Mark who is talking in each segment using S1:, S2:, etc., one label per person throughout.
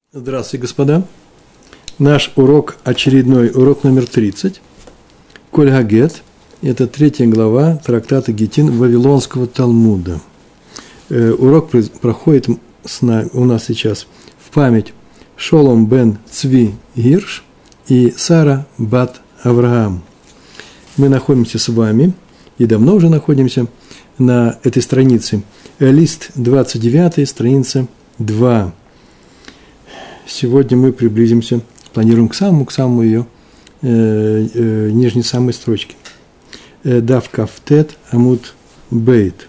S1: Здравствуйте, господа. Наш урок, очередной урок номер 30. Коль Гагет. Это 3 глава трактата Гитин Вавилонского Талмуда. Урок проходит у нас сейчас в память Шолом бен Цви Гирш и Сара бат Авраам. Мы находимся с вами, и давно уже находимся на этой странице. Лист 29, страница 2. Сегодня мы приблизимся, планируем к самому ее нижней самой строчке. Дав кафтет амуд бейт.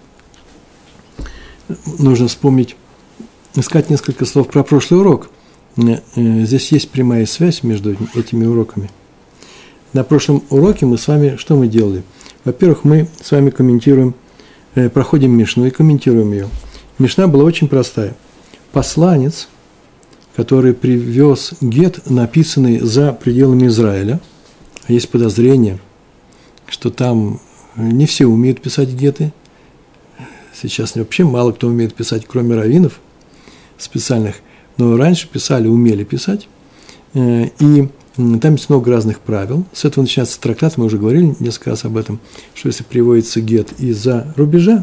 S1: Нужно вспомнить, сказать несколько слов про прошлый урок. Здесь есть прямая связь между этими уроками. На прошлом уроке мы с вами, что мы делали? Во-первых, мы с вами комментируем, проходим Мишну и комментируем ее. Мишна была очень простая. Посланец, который привез гет, написанный за пределами Израиля. Есть подозрение, что там не все умеют писать геты. Сейчас вообще мало кто умеет писать, кроме раввинов специальных. Но раньше писали, умели писать. И там есть много разных правил. С этого начинается трактат, мы уже говорили несколько раз об этом, что если приводится гет из-за рубежа,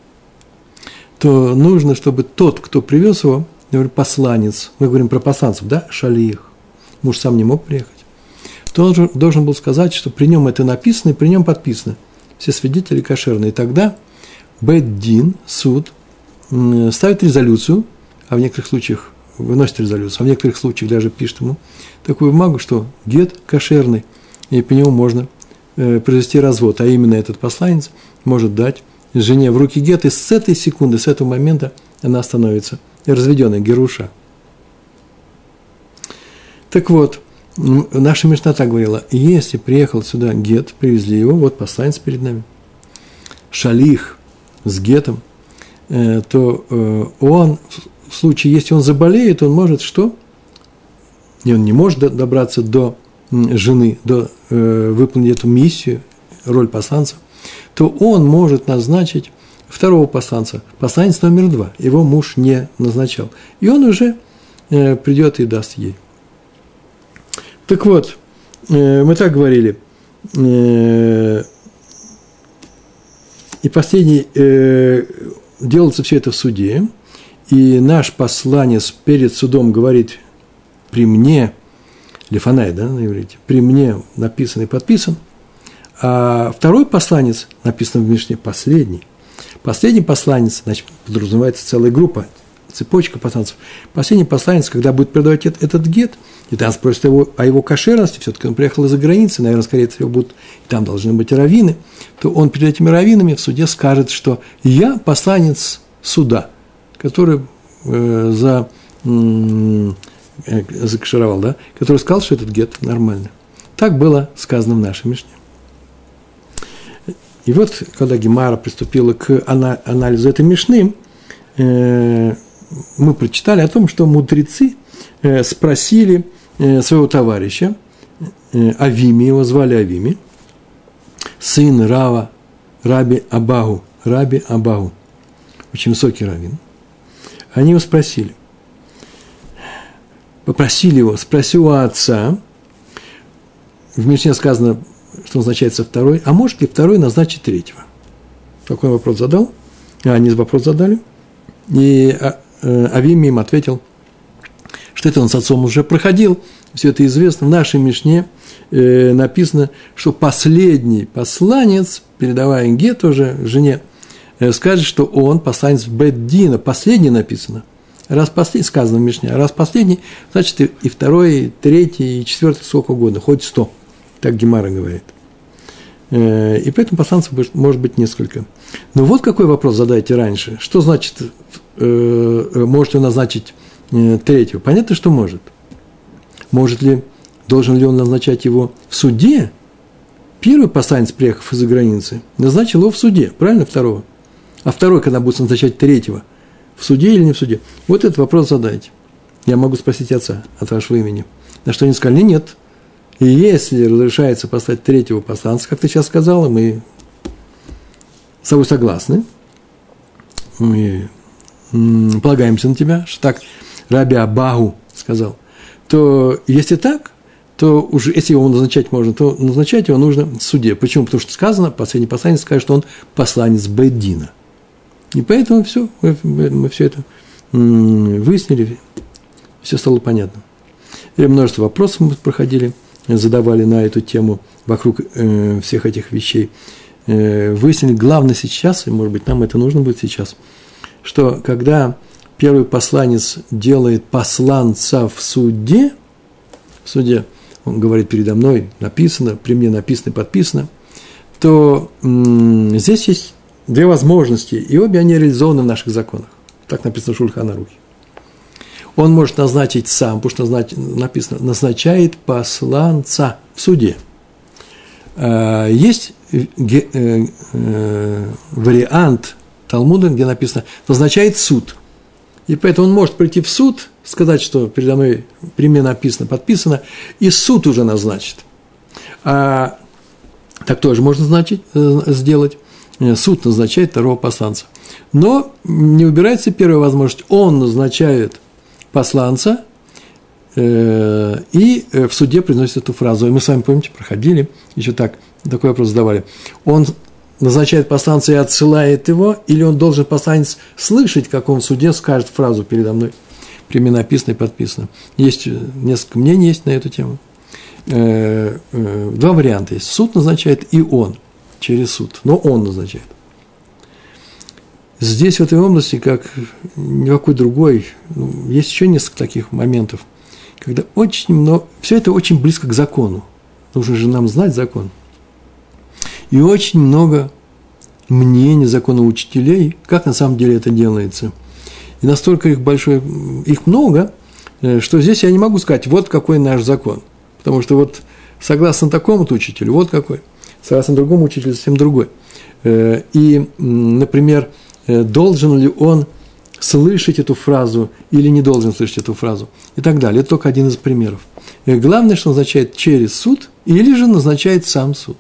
S1: то нужно, чтобы тот, кто привез его, например, посланец, мы говорим про посланцев, да, шалих, муж сам не мог приехать, то он должен был сказать, что при нем это написано и при нем подписано. Все свидетели кошерные. И тогда бейт-дин, суд, ставит резолюцию, а в некоторых случаях выносит резолюцию, а в некоторых случаях даже пишет ему такую бумагу, что гет кошерный, и по нему можно произвести развод, а именно этот посланец может дать жене в руки гет, и с этой секунды, с этого момента она становится разведенная, геруша. Так вот, наша Мишна так говорила, если приехал сюда гет, привезли его, вот посланец перед нами, шалих с гетом, то он, в случае, если он заболеет, он может что? И он не может добраться до жены, выполнить эту миссию, роль посланца, то он может назначить второго посланца, посланец номер 2, его муж не назначал. И он уже придет и даст ей. Так вот, мы так говорили, и последний, делается все это в суде, и наш посланец перед судом говорит при мне, лифанай, да, на иврите, при мне написан и подписан, а второй посланец, написан в Мишне, последний посланец, значит, подразумевается целая группа, цепочка посланцев. Последний посланец, когда будет передавать этот гет, и там спросят о его кошерности, все-таки он приехал из-за границы, наверное, скорее всего, будут, там должны быть раввины, то он перед этими раввинами в суде скажет, что я посланец суда, который закашировал, да, который сказал, что этот гет нормальный. Так было сказано в нашей Мишне. И вот, когда Гемара приступила к анализу этой Мишны, мы прочитали о том, что мудрецы спросили своего товарища, Авими, его звали Авими, сын Рава, Раби Абагу, очень высокий раввин. Они его спросили, попросили его, спроси у отца, в Мишне сказано, что назначается второй, а может ли второй назначить третьего? Такой вопрос задал, они вопрос задали, и Авими им ответил, что это он с отцом уже проходил, все это известно, в нашей Мишне написано, что последний посланец, передавая гет уже жене, скажет, что он посланец бейт-дина, последний написано, раз последний, сказано в Мишне, а раз последний, значит и второй, и третий, и четвертый, сколько угодно, хоть 100. Так Гемара говорит. И поэтому посланцев может быть несколько. Но вот какой вопрос задайте раньше. Что значит, может ли он назначить третьего? Понятно, что может. Должен ли он назначать его в суде? Первый посланец, приехав из-за границы, назначил его в суде, правильно, второго? А второй, когда будет назначать третьего, в суде или не в суде? Вот этот вопрос задайте. Я могу спросить отца от вашего имени. На что они сказали, нет. И если разрешается послать третьего посланца, как ты сейчас сказала, мы с тобой согласны, мы полагаемся на тебя, что так Раби Абагу сказал, то если так, то уже, если его назначать можно, то назначать его нужно в суде. Почему? Потому что сказано, последний посланец скажет, что он посланец Бейт-Дина. И поэтому все, мы все это выяснили, все стало понятно. И множество вопросов мы проходили, задавали на эту тему вокруг всех этих вещей. Выяснили, главное сейчас, и, может быть, нам это нужно будет сейчас, что когда первый посланец делает посланца в суде, он говорит передо мной, написано, при мне написано и подписано, то здесь есть две возможности, и обе они реализованы в наших законах. Так написано в Шульхан Арухе. Он может назначить сам, потому что написано, назначает посланца в суде. Есть вариант Талмуда, где написано, назначает суд. И поэтому он может прийти в суд, сказать, что передо мной при мне написано, подписано, и суд уже назначит. Так тоже можно сделать. Суд назначает второго посланца. Но не убирается первая возможность. Он назначает посланца и в суде произносит эту фразу. И мы с вами, помните, проходили, еще такой вопрос задавали. Он назначает посланца и отсылает его, или он должен посланец слышать, как он в суде скажет фразу передо мной, при мне написано и подписано. Есть несколько мнений есть на эту тему. Два варианта есть. Суд назначает и он через суд, но он назначает. Здесь, в этой области, как никакой другой, есть еще несколько таких моментов, когда очень много, все это очень близко к закону. Нужно же нам знать закон. И очень много мнений законоучителей, как на самом деле это делается. И настолько их много, что здесь я не могу сказать, вот какой наш закон. Потому что вот согласно такому-то учителю, вот какой. Согласно другому учителю, совсем другой. И, например, должен ли он слышать эту фразу или не должен слышать эту фразу и так далее. Это только один из примеров. И главное, что назначает через суд или же назначает сам суд.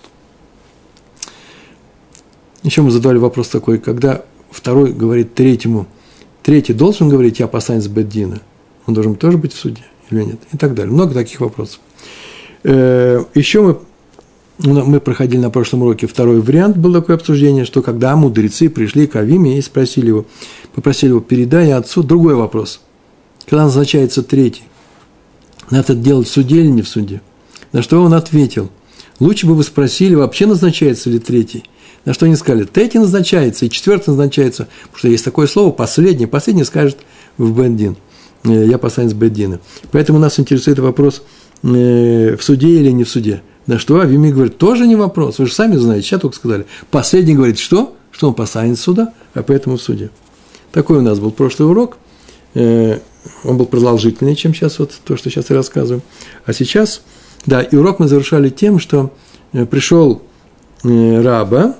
S1: Еще мы задавали вопрос такой, когда второй говорит третьему, третий должен говорить, я посланец Бейт-Дина, он должен тоже быть в суде или нет, и так далее. Много таких вопросов. Еще мы проходили на прошлом уроке второй вариант, было такое обсуждение, что когда мудрецы пришли к Авиме и попросили его, передай отцу, другой вопрос. Когда назначается третий, надо это делать в суде или не в суде? На что он ответил, лучше бы вы спросили, вообще назначается ли третий? На что они сказали, третий назначается, и четвертый назначается, потому что есть такое слово, последний скажет в Бейт-Дин, я посланец Бейт-Дина. Поэтому нас интересует вопрос, в суде или не в суде. На что Авими говорит, тоже не вопрос, вы же сами знаете, сейчас только сказали. Последний говорит, что он посланец суда, а поэтому в суде. Такой у нас был прошлый урок, он был продолжительнее, чем сейчас вот то, что сейчас я рассказываю. А сейчас, да, и урок мы завершали тем, что пришел раба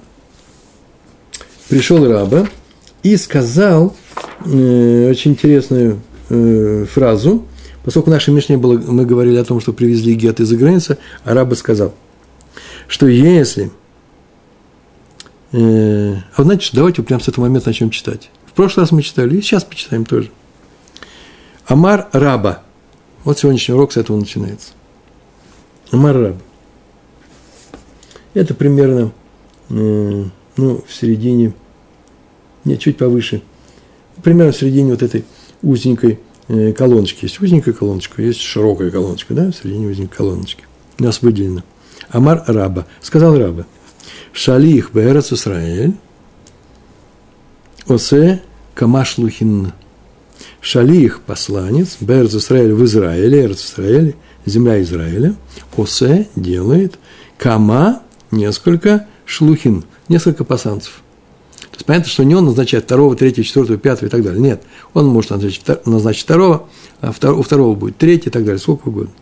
S1: и сказал очень интересную фразу. Поскольку в нашей Мишне мы говорили о том, что привезли гет из-за границы, а раба сказал, что если... знаете, давайте прямо с этого момента начнем читать. В прошлый раз мы читали, и сейчас почитаем тоже. Амар раба. Вот сегодняшний урок с этого начинается. Амар раба. Это примерно, в середине, чуть повыше, примерно в середине вот этой узенькой колоночки. Есть узенькая колоночка, есть широкая колоночка, да, в середине узенькой колоночки. У нас выделено. Амар раба. Сказал раба. Шалих беэрец Исраэль осе камаш лухин. Шалих, посланец, беэрец Исраэль в Израиле, эрец Исраэль, земля Израиля, осе делает кама, несколько шлухин, несколько посланцев. То есть понятно, что не он назначает второго, третьего, четвертого, пятого и так далее. Нет, он может назначить второго, а у второго будет третий и так далее, сколько угодно.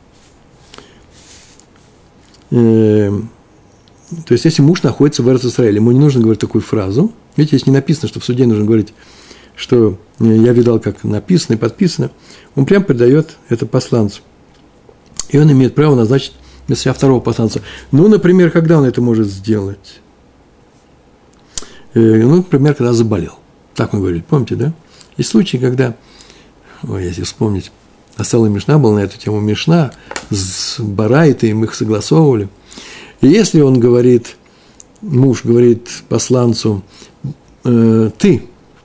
S1: То есть, если муж находится в эрец Исраэле, ему не нужно говорить такую фразу. Видите, здесь не написано, что в суде нужно говорить, что я видал, как написано и подписано. Он прям передает это посланцу. И он имеет право назначить вместо себя второго посланца. Например, когда он это может сделать? Например, когда заболел. Так мы говорили, помните, да? Есть случаи, когда, если вспомнить, А целая Мишна была на эту тему. Мишна с Барайтом, их согласовывали. И если он говорит, муж говорит посланцу, ты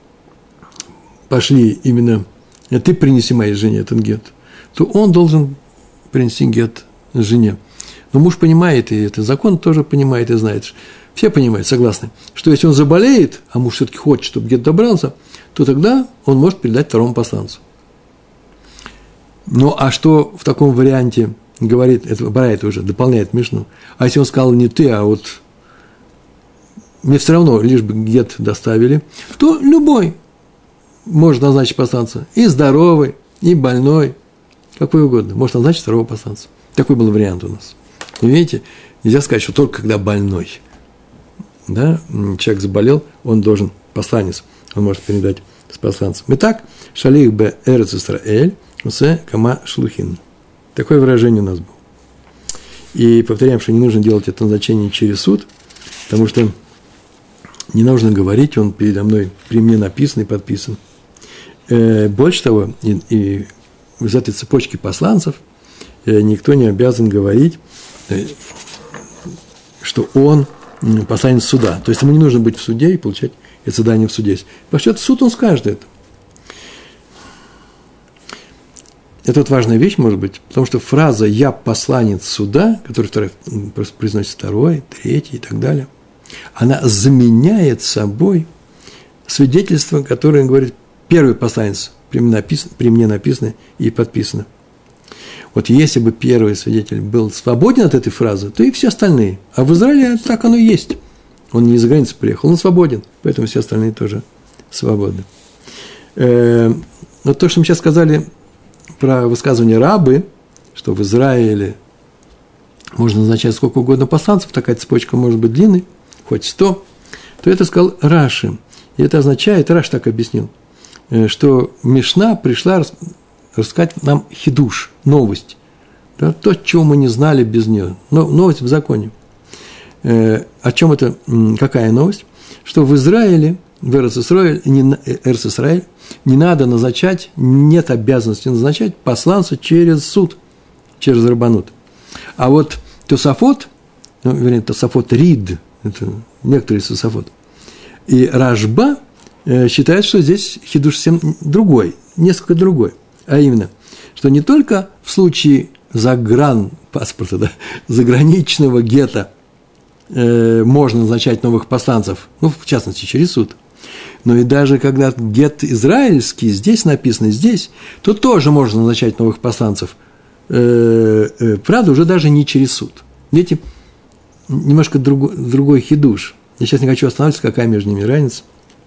S1: пошли именно, ты принеси моей жене этот гет, то он должен принести гет жене. Но муж понимает, и этот закон тоже понимает и знает, все понимают, согласны, что если он заболеет, а муж все-таки хочет, чтобы гет добрался, то тогда он может передать второму посланцу. Ну, а что в таком варианте говорит, это Барайта уже дополняет Мишну, а если он сказал не ты, а вот мне все равно, лишь бы гет доставили, то любой может назначить посланца, и здоровый, и больной, какой угодно, может назначить второго посланца. Такой был вариант у нас. И видите, нельзя сказать, что только когда больной, да, человек заболел, он должен, посланец, он может передать с посланцем. Итак, шалих бе эрец Исраэль, усе кама шлухин. Такое выражение у нас было. И повторяем, что не нужно делать это назначение через суд, потому что не нужно говорить, он передо мной при мне написан и подписан. Больше того, и из этой цепочки посланцев никто не обязан говорить, что он посланец суда. То есть ему не нужно быть в суде и получать это задание в суде. Пошлет в суд, он скажет это. Это вот важная вещь, может быть, потому что фраза «я посланец суда», которая произносит второй, третий и так далее, она заменяет собой свидетельство, которое говорит первый посланец, при мне написано и подписано. Вот если бы первый свидетель был свободен от этой фразы, то и все остальные. А в Израиле так оно и есть. Он не из-за границы приехал, он свободен, поэтому все остальные тоже свободны. Но то, что мы сейчас сказали про высказывание рабы, что в Израиле можно назначать сколько угодно посланцев, такая цепочка может быть длинной, хоть 100, то это сказал Раши. И это означает, Раши так объяснил, что Мишна пришла рассказать нам хидуш, новость, да, то, чего мы не знали без нее, новость в законе. О чем это, какая новость? Что в Израиле, в Эрец-Исраэль, не надо назначать, нет обязанности назначать посланца через суд, через рабанут. А вот Тосафот, вернее, Тосафот Рид, это некоторые Тосафот, и Рашба считают, что здесь хидуш совсем другой, несколько другой. А именно, что не только в случае загранпаспорта, да, заграничного гета можно назначать новых посланцев, ну, в частности, через суд, но и даже когда гет израильский, здесь написано, здесь, то тоже можно назначать новых посланцев. Правда, уже даже не через суд. Видите, немножко другой хидуш. Я сейчас не хочу останавливаться, какая между ними разница.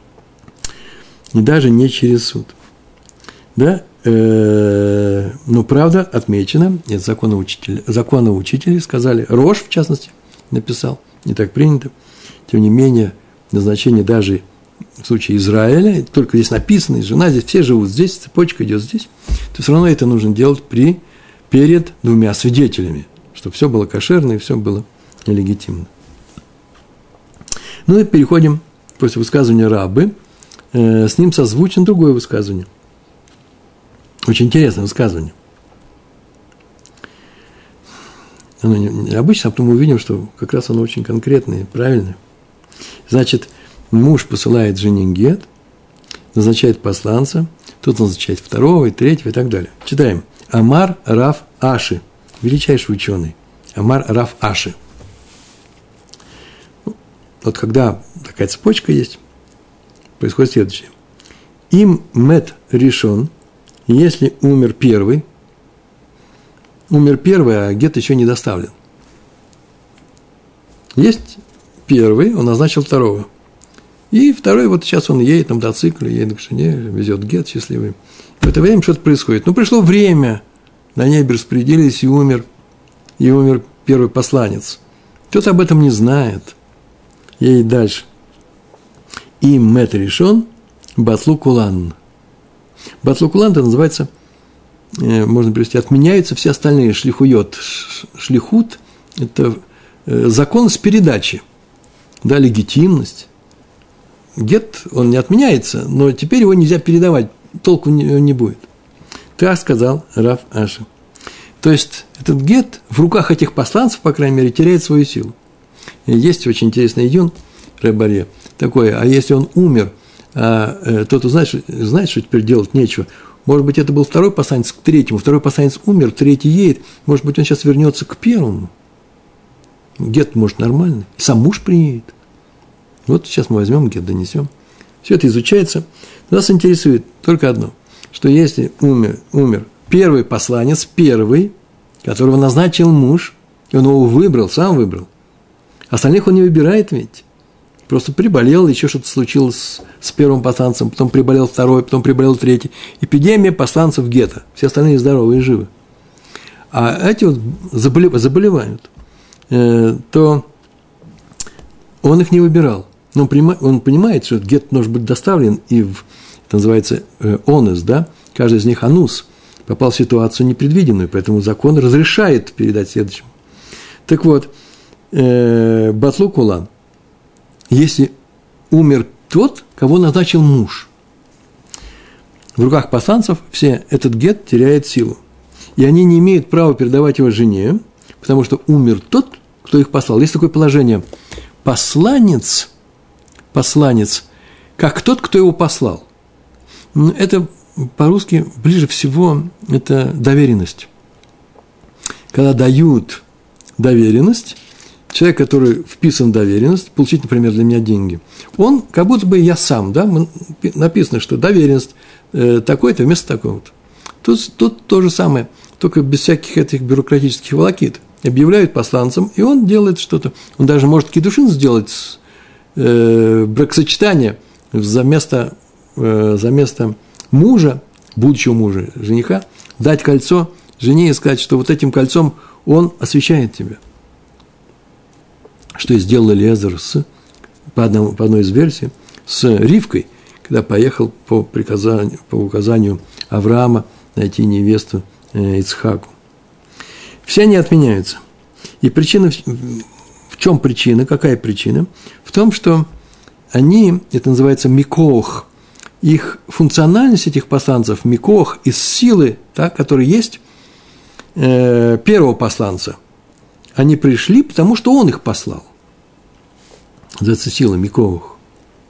S1: И даже не через суд. Да? Но правда отмечено, это законоучители сказали, Рош, в частности, написал, не так принято, тем не менее, назначение даже в случае Израиля, только здесь написано, жена здесь, все живут здесь, цепочка идет здесь, то все равно это нужно делать перед двумя свидетелями, чтобы все было кошерно и все было легитимно. Ну и переходим, после высказывания рабы, с ним созвучно другое высказывание. Очень интересное высказывание. Оно необычно, а потом мы увидим, что как раз оно очень конкретное и правильное. Значит, муж посылает жене гет, назначает посланца, тот назначает второго, и третьего, и так далее. Читаем. Амар Рав Аши, величайший ученый. Амар Рав Аши. Вот когда такая цепочка есть, происходит следующее. Им мет решен, если умер первый, а гет еще не доставлен. Есть первый, он назначил второго. И второй, вот сейчас он едет на мотоцикле, едет к жене, везет гет счастливый. В это время что-то происходит. Ну, пришло время, на небе распорядились, и умер первый посланец. Кто-то об этом не знает. Едет дальше. И мет решен, батлу кулан. Батлу кулан, это называется, можно перевести, отменяются все остальные шлихуйот. Шлихут – это законность передачи, да, легитимность. Гет, он не отменяется, но теперь его нельзя передавать, толку не будет. Так сказал Рав Аши. То есть, этот гет в руках этих посланцев, по крайней мере, теряет свою силу. И есть очень интересный идион Ребарье такое, а если он умер, тот знает, что теперь делать нечего. Может быть, это был второй посланец к третьему, второй посланец умер, третий едет, может быть, он сейчас вернется к первому. Гет, может, нормальный, сам муж приедет. Вот сейчас мы возьмем гет, донесем. Все это изучается. Нас интересует только одно, что если умер первый посланец, первый, которого назначил муж, и он его выбрал, сам выбрал, остальных он не выбирает ведь. Просто приболел, еще что-то случилось с первым посланцем, потом приболел второй, потом приболел третий. Эпидемия посланцев гетто. Все остальные здоровы и живы. А эти вот заболевают, то он их не выбирал. Но он понимает, что гет может быть доставлен, и это называется онес, да? Каждый из них анус попал в ситуацию непредвиденную, поэтому закон разрешает передать следующему. Так вот, батлу кулан. Если умер тот, кого назначил муж, в руках посланцев этот гет теряет силу. И они не имеют права передавать его жене, потому что умер тот, кто их послал. Есть такое положение. Посланец, как тот, кто его послал. Это по-русски ближе всего это доверенность. Когда дают доверенность, человек, который вписан в доверенность, получить, например, для меня деньги, он как будто бы я сам, да, написано, что доверенность такой-то вместо такого-то. Тут то же самое, только без всяких этих бюрократических волокит. Объявляют посланцем, и он делает что-то. Он даже может кидушин сделать, бракосочетание за место мужа, будущего мужа, жениха, дать кольцо жене и сказать, что вот этим кольцом он освящает тебя. Что и сделал Элиэзер по одной из версий, с Ривкой, когда поехал по указанию Авраама найти невесту Ицхаку. Все они отменяются. И причина, в чем причина, какая причина? В том, что они, это называется микох, их функциональность этих посланцев, микох, из силы, так, которая есть первого посланца, они пришли, потому что он их послал. Называется сила микох.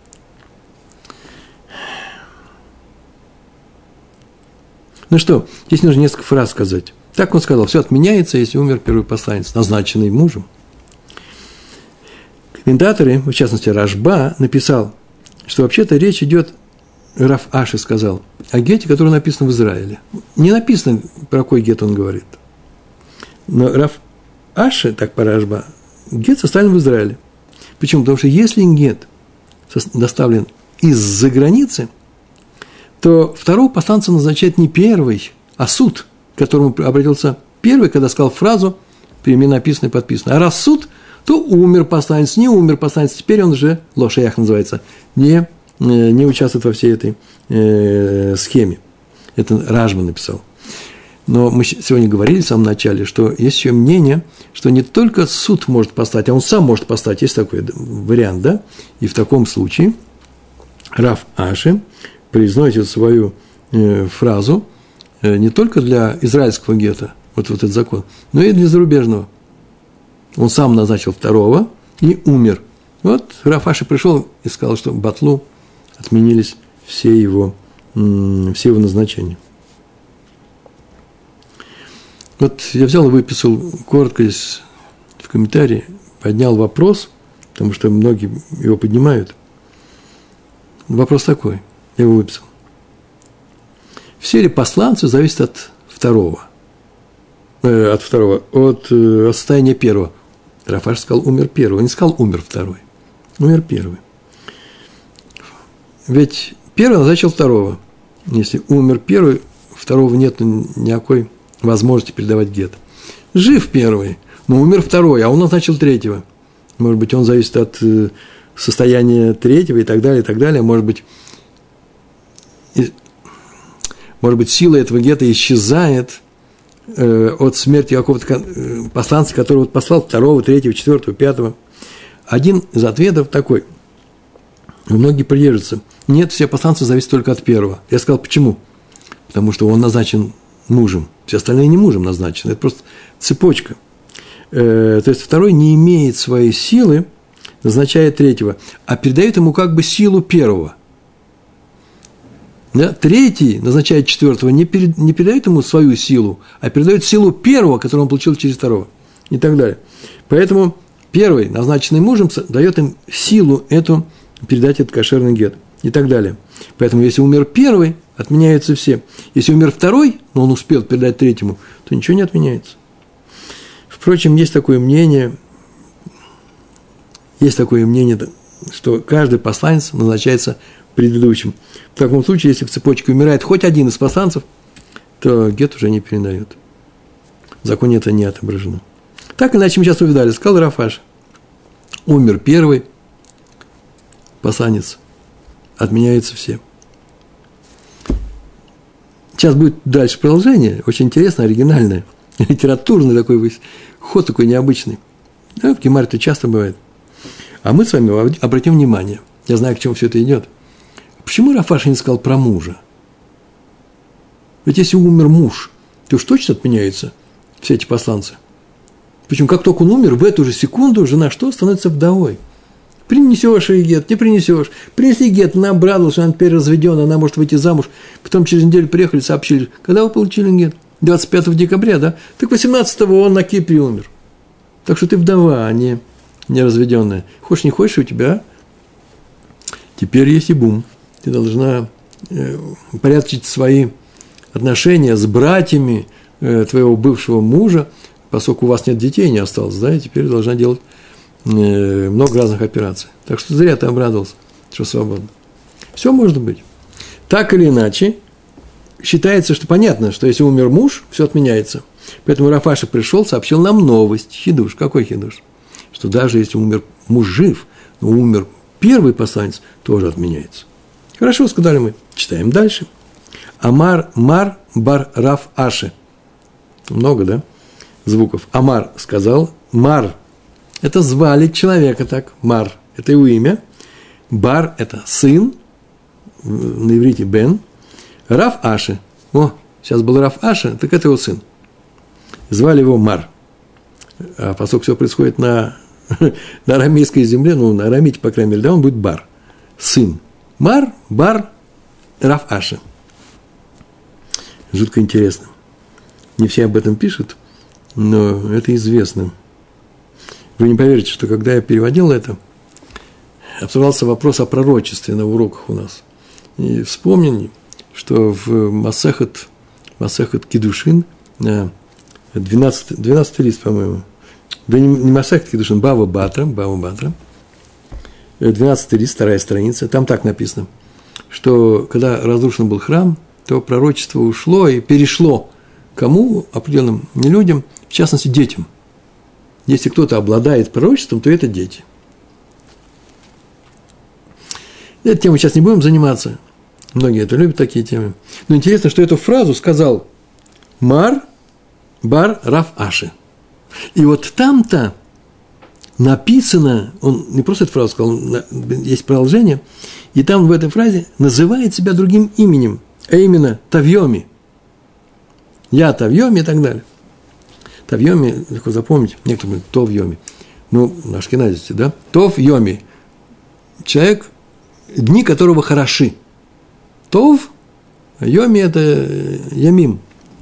S1: Ну что, здесь нужно несколько фраз сказать. Так он сказал, все отменяется, если умер первый посланец, назначенный мужем. Комментаторы, в частности Рашба, написал, что вообще-то речь идет, Рав Аши сказал, о гете, который написан в Израиле. Не написано, про какой гет он говорит. Но Рав Аши, так по Рашба, гет составлен в Израиле. Почему? Потому что если гет доставлен из-за границы, то второго посланца назначает не первый, а суд, к которому обратился первый, когда сказал фразу, перемен написано и подписано. А раз суд, то умер посланец, не умер посланец, теперь он уже, лошаях называется, не участвует во всей этой схеме. Это Рашба написал. Но мы сегодня говорили в самом начале, что есть еще мнение, что не только суд может послать, а он сам может послать. Есть такой вариант, да? И в таком случае Рав Аши произносит свою фразу не только для израильского гетто, вот этот закон, но и для зарубежного. Он сам назначил второго и умер. Вот Рав Аши пришел и сказал, что батлу отменились все его назначения. Вот я взял и выписал коротко в комментарии, поднял вопрос, потому что многие его поднимают. Вопрос такой, я его выписал. Все ли посланцы зависят от состояния первого? Рав Аши сказал, умер первый, он не сказал, умер второй. Умер первый. Ведь первый назначил второго. Если умер первый, второго нет никакой возможности передавать гет. Жив первый, но умер второй, а он назначил третьего. Может быть, он зависит от состояния третьего и так далее, и так далее. Может быть, сила этого гета исчезает от смерти какого-то посланца, которого послал второго, третьего, четвертого, пятого. Один из ответов такой. Многие придерживаются. Нет, все посланцы зависят только от первого. Я сказал, почему? потому что он назначен мужем. Все остальные не мужем назначены. Это просто цепочка. То есть второй не имеет своей силы, назначает третьего, а передает ему как бы силу первого. Да? Третий назначает четвертого, не передает ему свою силу, а передает силу первого, которую он получил через второго. И так далее. Поэтому первый, назначенный мужем, дает им силу эту, передать этот кошерный гет. И так далее. Поэтому, если умер первый, отменяются все. Если умер второй, но он успел передать третьему, то ничего не отменяется. Впрочем, есть такое мнение, что каждый посланец назначается предыдущим. В таком случае, если в цепочке умирает хоть один из посланцев, то гет уже не передает. В законе это не отображено. Так иначе мы сейчас увидали, сказал Рав Аши. Умер первый посланец, отменяются все. Сейчас будет дальше продолжение, очень интересное, оригинальное, литературный такой ход такой необычный. Да, в Гемаре это часто бывает. А мы с вами обратим внимание, я знаю, к чему все это идет. Почему Рав Аши не сказал про мужа? Ведь если умер муж, то уж точно отменяются все эти посланцы. Причем, как только он умер, в эту же секунду жена что? Становится вдовой. Принесешь ей гет, не принесешь. Принесли гет, она обрадовалась, что она теперь разведена, она может выйти замуж. Потом через неделю приехали, сообщили, когда вы получили гет? 25 декабря, да? Так 18-го он на Кипре умер. Так что ты вдова, а не разведенная. Хочешь, не хочешь, у тебя теперь есть и бум. Ты должна порядочить свои отношения с братьями твоего бывшего мужа, поскольку у вас нет детей, не осталось, да, и теперь должна делать много разных операций. Так что зря ты обрадовался, что свободно. Все может быть. Так или иначе, считается, что понятно, что если умер муж, все отменяется. Поэтому Рав Аши пришел, сообщил нам новость. Хидуш. Какой хидуш? Что даже если умер муж жив, но умер первый посланец, тоже отменяется. Хорошо, сказали мы. Читаем дальше. Амар Мар бар Рав Аши. Много, да, звуков. Амар сказал. Мар. Это звали человека так. Мар. Это его имя. Бар – это сын. На иврите Бен. Рав Аши. О, сейчас был Рав Аши, так это его сын. Звали его Мар. А поскольку все происходит на арамейской земле, ну, на арамите, по крайней мере, да, он будет Бар. Сын. Мар, Бар, Рав Аши. Жутко интересно. Не все об этом пишут, но это известно. Вы не поверите, что когда я переводил это, обсуждался вопрос о пророчестве на уроках у нас. И вспомнили, что в Масехет Кидушин, 12 лист, по-моему, да не Масехет Кидушин, Бава Батра, 12 лист, 2 страница, там так написано, что когда разрушен был храм, то пророчество ушло и перешло кому? Определенным людям, в частности, детям. Если кто-то обладает пророчеством, то это дети. Этой темой сейчас не будем заниматься. Многие это любят, такие темы. Но интересно, что эту фразу сказал Мар бар Рав Аши. И вот там-то написано, он не просто эту фразу сказал, есть продолжение, и там в этой фразе называет себя другим именем, а именно Тавьоми. Я Тавьоми и так далее. Тавьоми, легко запомнить, некоторые говорят Тов-Йоми. Ну, на ашкеназите, да? Тов-Йоми. Человек, дни которого хороши. Тов, Йоми – это Ямим.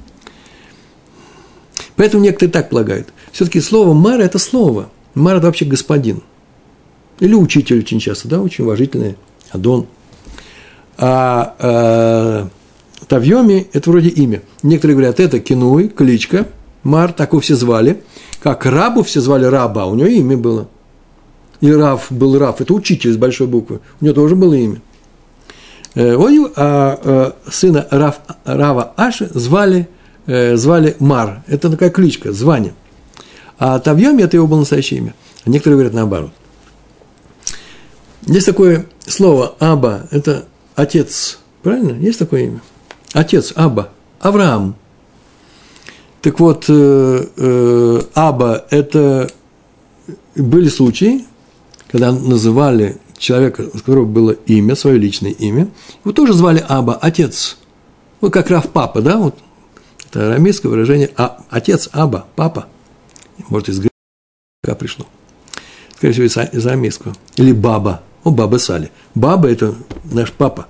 S1: Поэтому некоторые так полагают. Все-таки слово Мар – это слово. Мар – это вообще господин. Или учитель очень часто, да, очень уважительный, Адон. А Тавьоми – это вроде имя. Некоторые говорят, это кинуй, кличка. Мар, так его все звали. Как рабу все звали раба, у него имя было. И Рав был Рав, это учитель с большой буквы. У него тоже было имя. Сына Рава Аши звали Мар. Это такая кличка, звание. А Тавьоми – это его было настоящее имя. А некоторые говорят наоборот. Есть такое слово Аба – это отец. Правильно? Есть такое имя? Отец Аба. Авраам. Так вот, Аба – это были случаи, когда называли человека, у которого было имя, свое личное имя, его тоже звали Аба, отец. Вот как Рав папа, да, вот это арамейское выражение, отец Аба, папа, может, из грека пришло, скорее всего, из арамейского, или баба, баба Сали, баба – это наш папа.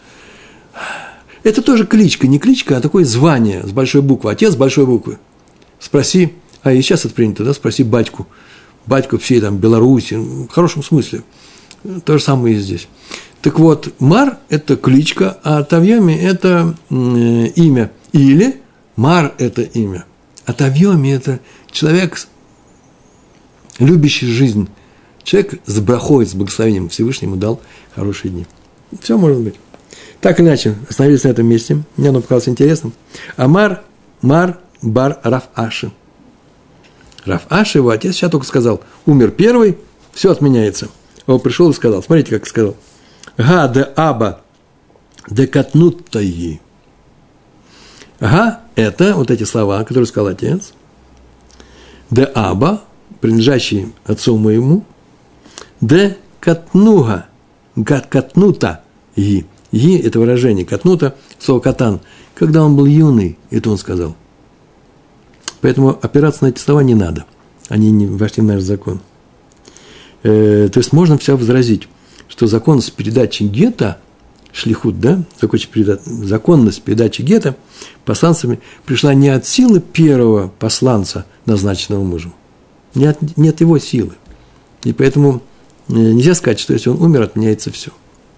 S1: Это тоже кличка, не кличка, а такое звание с большой буквы, отец с большой буквы. Спроси, и сейчас это принято, да, спроси батьку всей там Беларуси, в хорошем смысле, то же самое и здесь. Так вот, Мар – это кличка, а Тавьоми – это имя. Или Мар – это имя, а Тавьоми – это человек, любящий жизнь. Человек с брахой, с благословением Всевышнему дал хорошие дни. Все может быть. Так или иначе, остановились на этом месте. Мне оно показалось интересным. Амар Мар бар Рав Аши. Рав Аши, его отец, сейчас только сказал, умер первый, все отменяется. Он пришел и сказал, смотрите, как сказал. Га де аба де катнуттаи. Ага, это вот эти слова, которые сказал отец. Де аба, принадлежащий отцу моему. Де катнуга, катнута и. И – это выражение катнута, слово катан. Когда он был юный, это он сказал. Поэтому опираться на эти слова не надо. Они не вошли в наш закон. То есть можно все возразить, что законность передачи гета, шлихут, да, законность передачи гета посланцами пришла не от силы первого посланца, назначенного мужем, не от его силы. И поэтому нельзя сказать, что если он умер, отменяется все.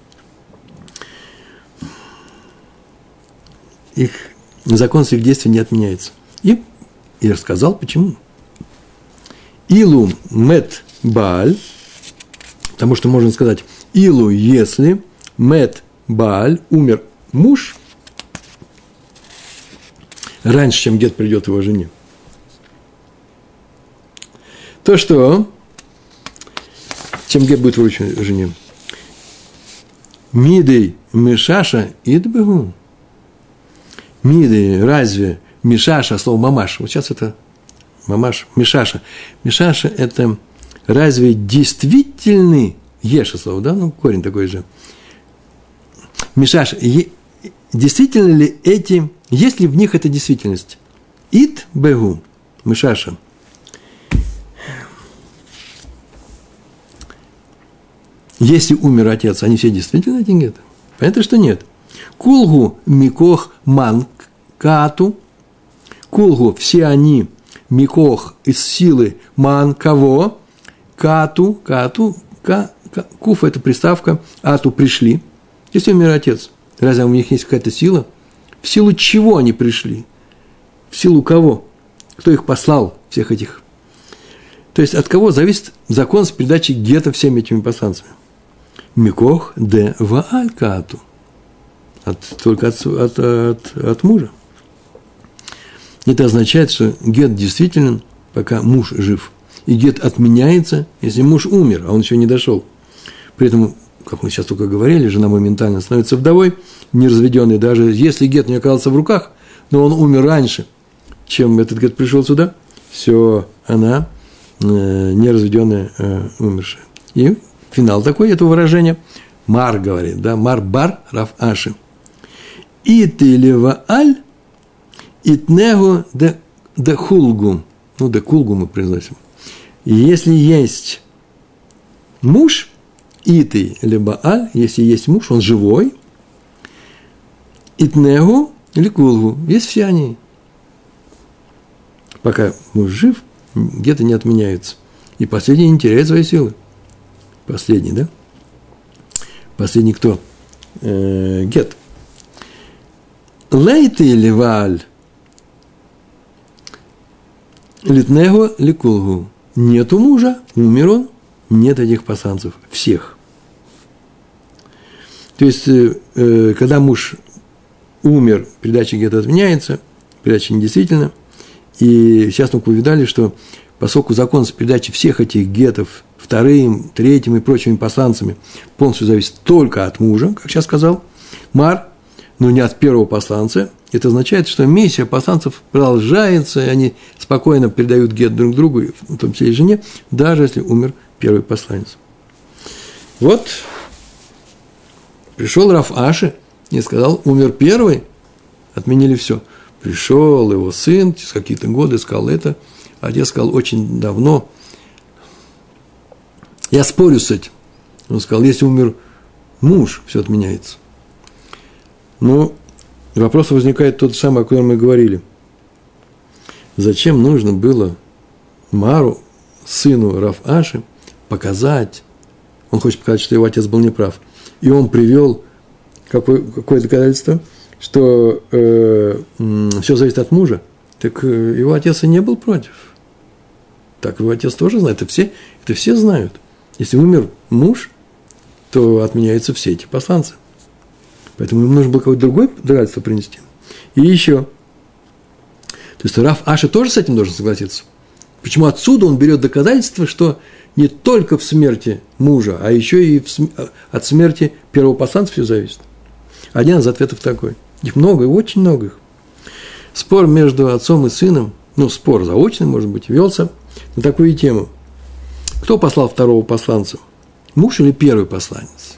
S1: Законность их действий не отменяется. И рассказал, почему. Илу мет Бааль, потому что можно сказать, Илу, если мет Бааль, умер муж, раньше, чем гет придет его жене, то что? Чем гет будет вручен жене? Мидей мешаша идбегу. Мидей, разве мишаша, слово мамаш, вот сейчас это мамаш, мишаша. Мишаша – это разве действительный, еша слово, да, ну, корень такой же. Мишаша, действительно ли эти, есть ли в них эта действительность? Ит бегу, мишаша. Если умер отец, они все действительно эти геты? Понятно, что нет. Кулгу микох манкату. Кулгу, все они, микох, из силы ман, кого? Кату, куф – это приставка, ату – пришли. Если умер отец, разве у них есть какая-то сила? В силу чего они пришли? В силу кого? Кто их послал, всех этих? То есть, от кого зависит закон с передачей гета всеми этими посланцами? Микох де вааль кату. Только от мужа. Это означает, что гет действителен, пока муж жив. И гет отменяется, если муж умер, а он еще не дошел. При этом, как мы сейчас только говорили, жена моментально становится вдовой, неразведенной, даже если гет не оказался в руках, но он умер раньше, чем этот гет пришел сюда, все, она неразведенная, умершая. И финал такой этого выражения. Мар говорит, да, Мар бар Рав Аши. Ити левааль итнегу де хулгу. Ну, де хулгу мы произносим. И если есть муж, итый левааль, если есть муж, он живой, итнегу или кулгу, есть все они. Пока муж жив, где-то не отменяются. И последний не теряет свои силы. Последний, да? Последний кто? Гет. Лейты леваль литнегу ликулгу. Нету мужа, умер он, нет этих посланцев. Всех. То есть, когда муж умер, передача гета отменяется, передача недействительна. И сейчас мы увидали, что поскольку закон с передачей всех этих гетов вторым, третьим и прочими посланцами полностью зависит только от мужа, как сейчас сказал Мар, но не от первого посланца, это означает, что миссия посланцев продолжается, и они спокойно передают гет друг другу, в том числе и жене, даже если умер первый посланец. Вот пришел Рав Аши и сказал, умер первый, отменили все. Пришел его сын, через какие-то годы сказал это, а отец сказал очень давно, я спорю с этим. Он сказал, если умер муж, все отменяется. Но вопрос возникает тот же самый, о котором мы говорили. Зачем нужно было Мару, сыну Рав Аши, показать, он хочет показать, что его отец был неправ, и он привел какое доказательство, что все зависит от мужа, так его отец и не был против. Так его отец тоже знает, это все знают. Если умер муж, то отменяются все эти посланцы. Поэтому им нужно было какое-то другое доказательство принести. И еще. То есть Рав Аши тоже с этим должен согласиться. Почему отсюда он берет доказательство, что не только в смерти мужа, а еще и от смерти первого посланца все зависит. Один из ответов такой. Их много, и очень много их. Спор между отцом и сыном, спор заочный, может быть, велся на такую тему. Кто послал второго посланца? Муж или первый посланец?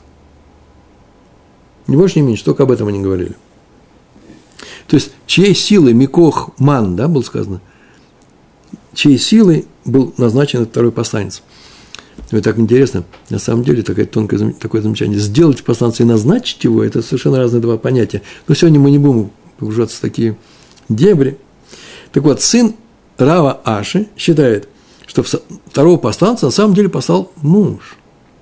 S1: Не больше, не меньше, только об этом они говорили. То есть, чьей силой Микох Ман, было сказано, чьей силой был назначен этот второй посланец. И так интересно, на самом деле, такое замечание. Сделать посланца и назначить его – это совершенно разные два понятия. Но сегодня мы не будем погружаться в такие дебри. Так вот, сын Рава Аши считает, что второго посланца на самом деле послал муж.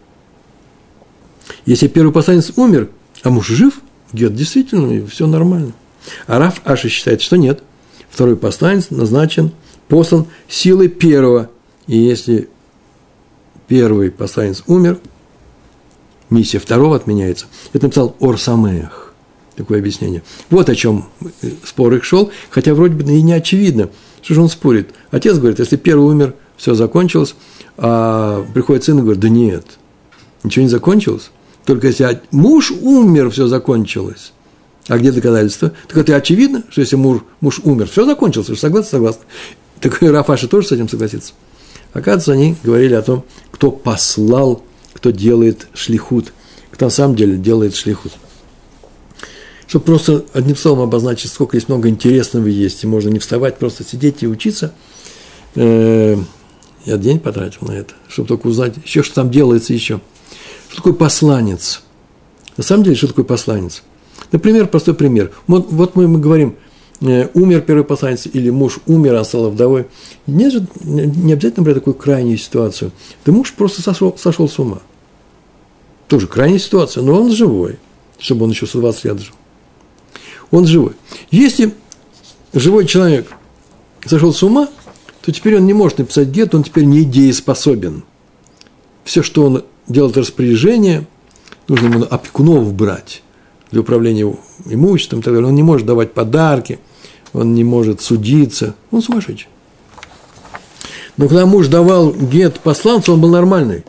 S1: Если первый посланец умер, а муж жив, гет действительно, все нормально. А Рав Аши считает, что нет. Второй посланец послан силой первого. И если первый посланец умер, миссия второго отменяется. Это написал Ор Самеах. Такое объяснение. Вот о чем спор их шел, хотя вроде бы и не очевидно. Что же он спорит? Отец говорит, если первый умер, все закончилось, а приходит сын и говорит, да нет, ничего не закончилось. Только если муж умер, все закончилось. А где доказательства? Так это очевидно, что если муж умер, все закончилось. Вы же согласны? Так и Рав Аши тоже с этим согласится. Оказывается, они говорили о том, кто послал, кто делает шлихут, кто на самом деле делает шлихут. Чтобы просто одним словом обозначить, сколько есть много интересного есть, и можно не вставать, просто сидеть и учиться. Я день потратил на это, чтобы только узнать еще, что там делается еще. Что такое посланец? На самом деле, что такое посланец? Например, простой пример. Вот мы говорим, умер первый посланец, или муж умер, а стала вдовой. Не обязательно брать такую крайнюю ситуацию. Да муж просто сошел с ума. Тоже крайняя ситуация, но он живой, чтобы он еще 120 лет жил. Он живой. Если живой человек сошел с ума, то теперь он не может написать гет, он теперь не дееспособен. Все, что он делает распоряжение, нужно ему опекунов брать для управления имуществом и так далее. Он не может давать подарки, он не может судиться, он сумасшедший. Но когда муж давал гет посланцу, он был нормальный.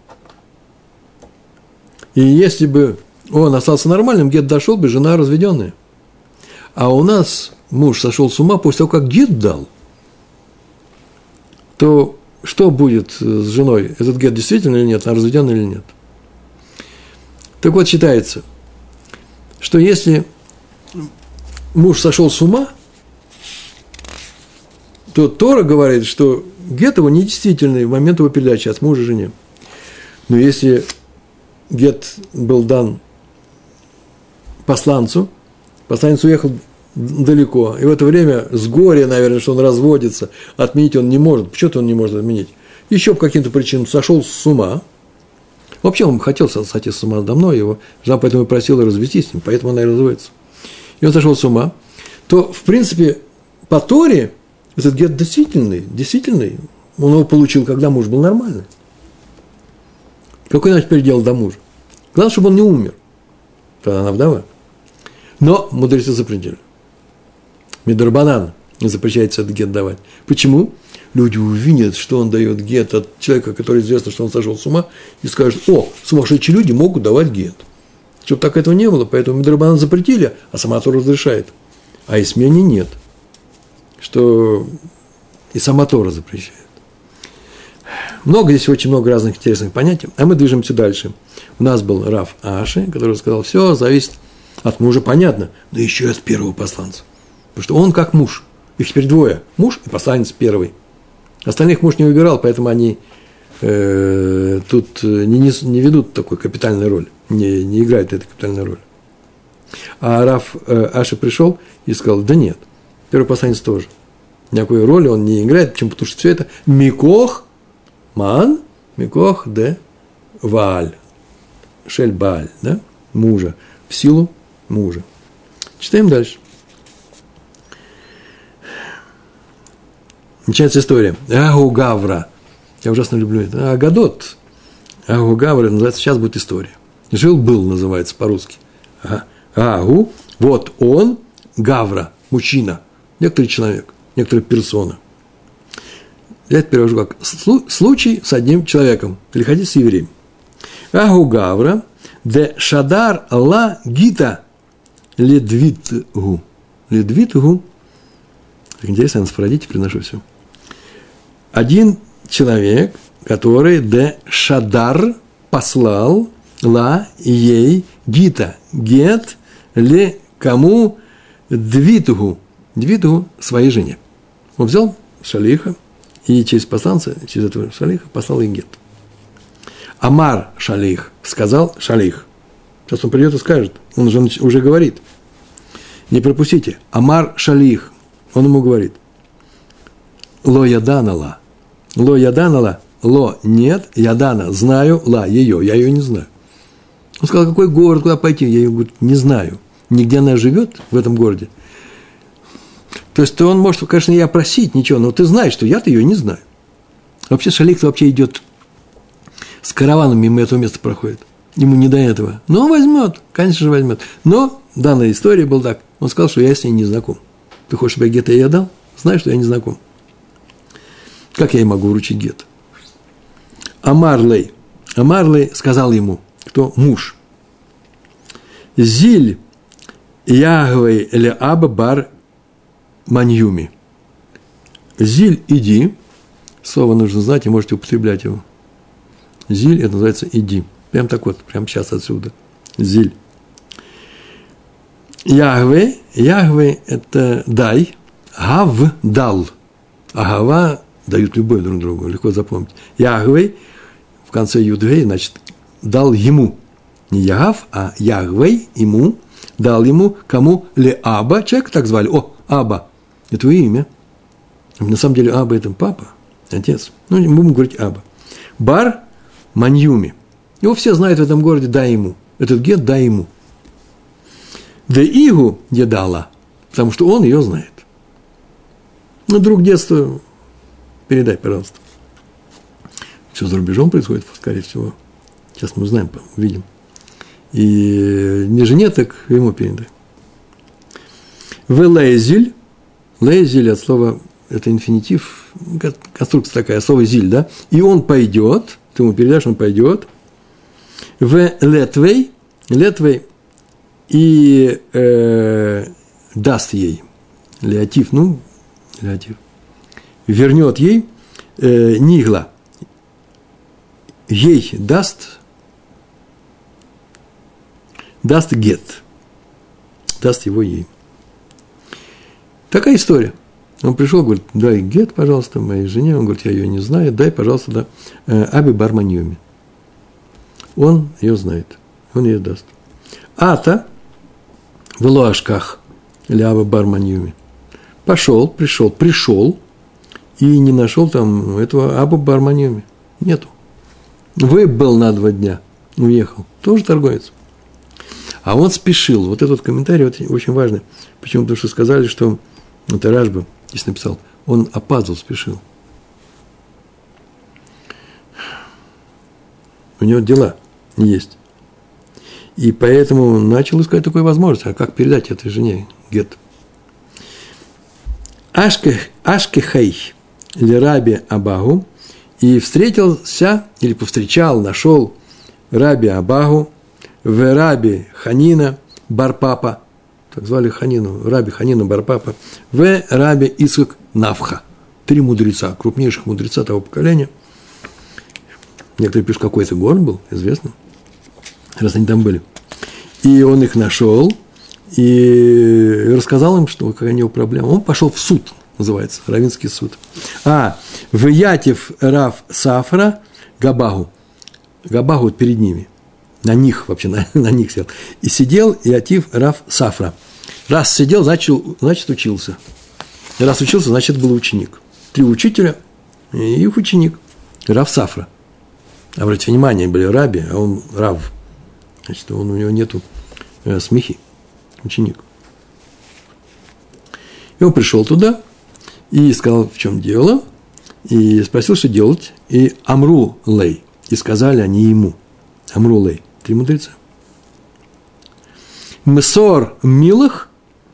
S1: И если бы он остался нормальным, гет дошел бы, жена разведенная. А у нас муж сошел с ума после того, как гет дал, то что будет с женой? Этот гет действительно или нет? Она разведена или нет? Так вот, считается, что если муж сошел с ума, то Тора говорит, что гет его недействительный в момент его передачи от мужа жене. Но если гет был дан посланцу, посланец уехал далеко, и в это время с горя, наверное, что он разводится, отменить он не может. Почему-то он не может отменить. Еще по каким-то причинам сошел с ума. Вообще он хотел сойти с ума давно, его жена поэтому и просила развестись с ним, поэтому она и разводится. И он сошел с ума. То, в принципе, по Торе этот гет действительный, он его получил, когда муж был нормальный. Какой она теперь делал до мужа? Главное, чтобы он не умер. Тогда она вдова. Но мудрецы запретили. Мидрабанан запрещается этот гет давать. Почему? Люди увидят, что он дает гет от человека, который известно, что он сошел с ума, и скажут, сумасшедшие люди могут давать гет. Чтобы так этого не было, поэтому Мидрабанан запретили, а сама Тора разрешает. А измене нет. Что и сама Тора запрещает. Здесь очень много разных интересных понятий, а мы движемся дальше. У нас был Рав Аши, который сказал, все зависит От мужа понятно, но еще и от первого посланца. Потому что он как муж. Их теперь двое. Муж и посланец первый. Остальных муж не выбирал, поэтому они тут не ведут такой капитальной роли. Не играют этой капитальной роли. А Рав Аши пришел и сказал, да нет, первый посланец тоже. Никакой роли он не играет. Почему? Потому что все это микох ман, микох де вааль. Шель Бааль, да, мужа, в силу мужа. Читаем дальше. Начинается история. Агу Гавра. Я ужасно люблю это. Агадот. Агу Гавра называется, сейчас будет история. Жил-был называется по-русски. Агу, вот он, Гавра, мужчина, некоторый человек, некоторая персона. Я это перевожу как случай с одним человеком, или хадис с евреем. Агу Гавра, де шадар ла гита ледвитгу. Ледвитгу. Так интересно, я на сфарадите приношу все. Один человек, который де шадар послал ла ей гита. Гет ле кому двитгу. Двитгу своей жене. Он взял шалиха и через посланца, через этого шалиха послал ей гет. Амар шалих, сказал шалих. Сейчас он придет и скажет, он уже говорит. Не пропустите. Амар шалих, он ему говорит. Ло яданала. Ло яданала, ло нет, ядана, знаю, ла, ее, я ее не знаю. Он сказал, какой город, куда пойти? Я ее, говорит, не знаю. Нигде она живет в этом городе. То есть, он может, конечно, я просить ничего, но ты знаешь, что я-то ее не знаю. Вообще шалих вообще идет с караваном мимо этого места проходит. Ему не до этого. Но он возьмет, конечно же возьмет. Но данная история была так. Он сказал, что я с ней не знаком. Ты хочешь, чтобы я гет ей дал? Знаешь, что я не знаком. Как я ей могу вручить гет? Амарлей. Амарлей сказал ему, кто? Муж. Зиль Ягвей ле аба бар маньюми. Зиль, иди. Слово нужно знать, и можете употреблять его. Зиль, это называется иди. Прям так вот, прямо сейчас отсюда. Зиль. Ягве, Ягве – это дай. Гав – дал. А гава дают любовь друг другу, легко запомнить. Ягве, в конце юдгей, значит, дал ему. Не Ягав, а Ягвей ему, дал ему, кому? Ле Аба, человека так звали. О, Аба, это твое имя. На самом деле Аба – это папа, отец. Ну, мы будем говорить Аба. Бар Маньюми. Его все знают в этом городе, дай ему. Этот гет дай ему. Да Игу едала, потому что он ее знает. Ну, друг детства, передай, пожалуйста. Все за рубежом происходит, скорее всего. Сейчас мы узнаем, увидим. И не жене, так ему передай. Велезиль. Лезиль от слова, это инфинитив, конструкция такая, слово зиль, да? И он пойдет, ты ему передашь, он пойдет. В летвей, летвей и даст ей, леотив, леотив, вернет ей нигла, ей даст гет, даст его ей. Такая история. Он пришел, говорит, дай гет, пожалуйста, моей жене. Он говорит, я ее не знаю, дай, пожалуйста, да, Аби бар маньюми. Он ее знает, он ее даст. Ата в луашках или Аби бар маньюми. Пришел и не нашел там этого Аби бар маньюми. Нету. Выбыл на 2 дня, уехал. Тоже торговец. А он спешил. Вот этот комментарий очень важный. Почему? Потому что сказали, что это Рашба здесь написал. Он опаздывал, спешил. У него дела есть. И поэтому он начал искать такую возможность. А как передать этой жене гет? Ашкехей или Раби Абагу. И встретился, или повстречал, нашел Раби Абагу в Раби Ханина Барпапа. Так звали Ханину, Раби Ханина Барпапа, в Раби Ицхак Навха. 3 мудреца, крупнейших мудреца того поколения. Некоторые пишут, какой это город был, известно, раз они там были. И он их нашел, и рассказал им, что какая у него проблема. Он пошел в суд, называется, раввинский суд. Вятив Рав Сафра Габагу. Габагу перед ними. На них вообще, на них сидел. И сидел Ятив Рав Сафра. Раз сидел, значит учился. И раз учился, значит был ученик. 3 учителя и их ученик. Рав Сафра. Обратите внимание, были раби, а он рав. Значит, у него нету смехи. Ученик. И он пришел туда и сказал, в чем дело, и спросил, что делать. И Амру Лей. И сказали они ему. Амру Лей. 3 мудреца. Месор Милах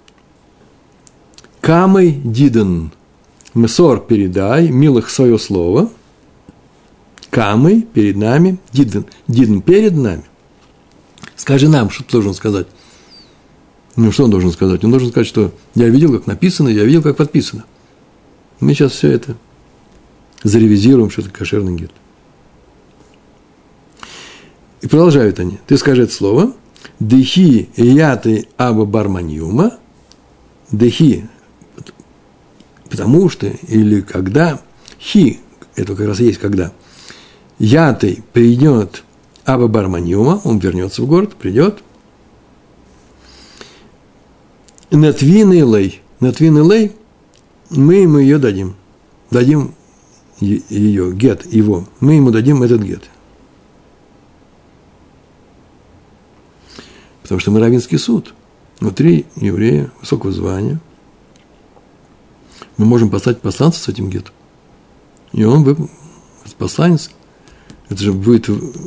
S1: Камой Диден. Месор передай, Милах свое слово. Камой перед нами, Диден перед нами. Скажи нам, что ты должен сказать. Ну, что он должен сказать? Он должен сказать, что я видел, как написано, я видел, как подписано. Мы сейчас все это заревизируем, что это кошерный гет. И продолжают они. Ты скажи это слово. Дехи яты аба барманьюма. Дехи, потому что, или когда. Хи, это как раз и есть когда. Яты придет аба барманьюма, он вернется в город, придет. Натвин лей, мы ему ее дадим. Дадим ее, гет, его. Мы ему дадим этот гет. Потому что мы раввинский суд. Внутри еврея высокого звания. Мы можем послать посланца с этим гетом. И он, посланец, это же будет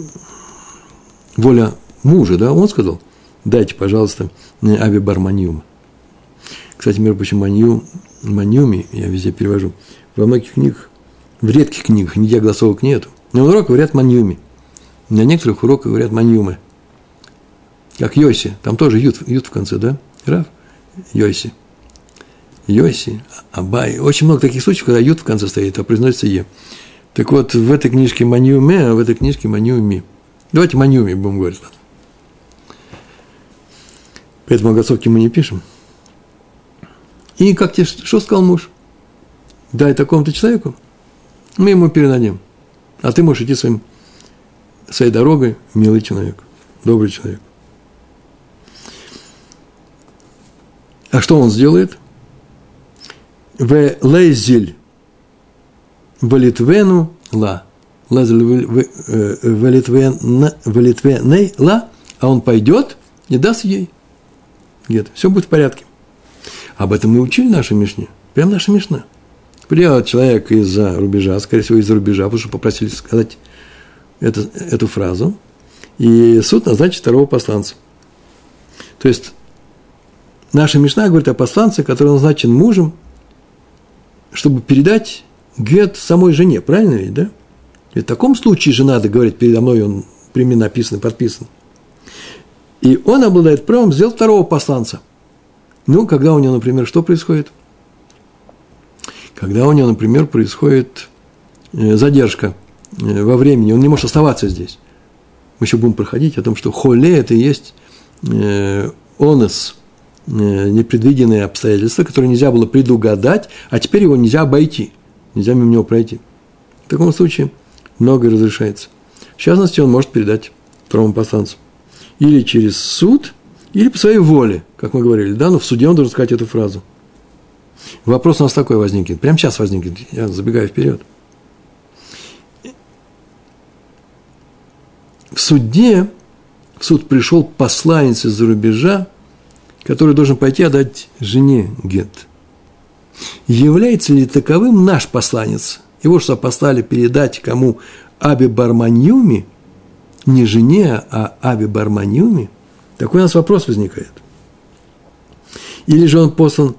S1: воля мужа, да? Он сказал, дайте, пожалуйста, аби барманьюма. Кстати, между прочим, маньюми, я везде перевожу, во многих книгах, в редких книгах, нигде голосовок нету. На уроках говорят маньюми. На некоторых уроках говорят маньюмы. Как Йоси, там тоже ют в конце, да? Рав? Йоси, Абай. Очень много таких случаев, когда ют в конце стоит, а произносится е. Так вот, в этой книжке маньюме, а в этой книжке маньюми. Давайте маньюми будем говорить. Поэтому огласовки мы не пишем. И как тебе, что сказал муж? Дай такому-то человеку, мы ему передадим. А ты можешь идти своей дорогой, милый человек, добрый человек. А что он сделает? В лейзиль валитвену ла. Лейзиль валитвеней ла. А он пойдет и даст ей. Где-то. Все будет в порядке. Об этом мы учили в нашей Мишне. Прям наша Мишна. Придет человек из-за рубежа, скорее всего, из-за рубежа, потому что попросили сказать эту фразу. И суд назначит второго посланца. То есть, наша Мишна говорит о посланце, который назначен мужем, чтобы передать гет самой жене. Правильно ведь, да? И в таком случае же надо говорить, передо мной он прими написан, подписан. И он обладает правом сделать второго посланца. Ну, когда у него, например, что происходит? Когда у него, например, происходит задержка во времени, он не может оставаться здесь. Мы еще будем проходить о том, что холе – это и есть онес, непредвиденные обстоятельства, которые нельзя было предугадать, а теперь его нельзя обойти, нельзя мимо него пройти. В таком случае многое разрешается. В частности, он может передать второму посланцу. Или через суд, или по своей воле, как мы говорили, да, но в суде он должен сказать эту фразу. Вопрос у нас такой возникнет, прямо сейчас возникнет, я забегаю вперед. В суд пришел посланец из-за рубежа, который должен пойти отдать жене гет. Является ли таковым наш посланец? Его что послали передать кому? Аби Барманьюми, не жене, а Аби Барманьюми? Такой у нас вопрос возникает. Или же он послан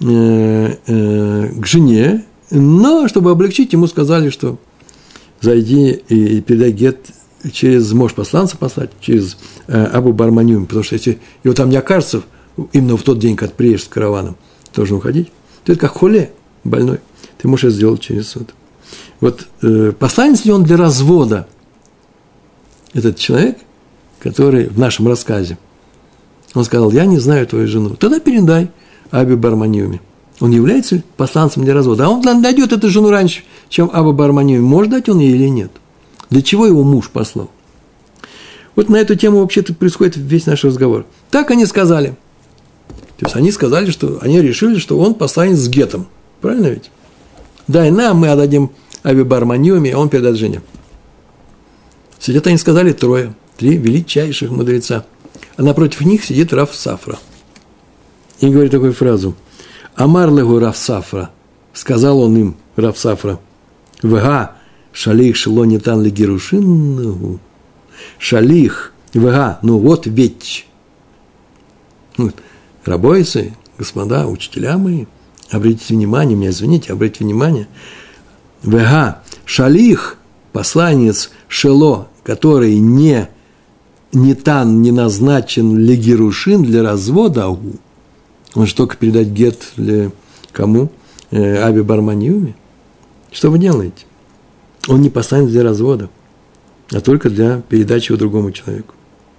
S1: к жене, но чтобы облегчить, ему сказали, что зайди и передай гет через, можешь посланца послать, через Абу Барманьюми, потому что если его там не окажется, именно в тот день, когда приедешь с караваном, должен уходить, то это как холе, больной. Ты можешь это сделать через суд. Вот посланец ли он для развода? Этот человек, который в нашем рассказе, Он сказал, я не знаю твою жену. Тогда передай Аби Барманьюме. Он является посланцем для развода. А он найдет эту жену раньше, чем Аби Барманьюме. Может дать он ей или нет? Для чего его муж послал? Вот на эту тему вообще-то происходит весь наш разговор. Так они сказали. То есть они сказали, что они решили, что он посланец с гетом. Правильно ведь? Дай нам, мы отдадим Аби Барманьюме, а он передаст жене. Сидят они сказали трое, 3 величайших мудреца. А напротив них сидит Рав Сафра. И говорит такую фразу. Амар легу Рав Сафра. Сказал он им, Рав Сафра. Вега шалих шело нетан легерушин. Шалих. Вега. Ну вот ведь. Вот. Рабойцы, господа, учителя мои, обратите внимание, меня извините, обратите внимание. Вега шалих, посланец шело, который не тан, не назначен легерушин для развода, он же только передать гет для кому? Аби Барманьюме. Что вы делаете? Он не посланец для развода, а только для передачи его другому человеку.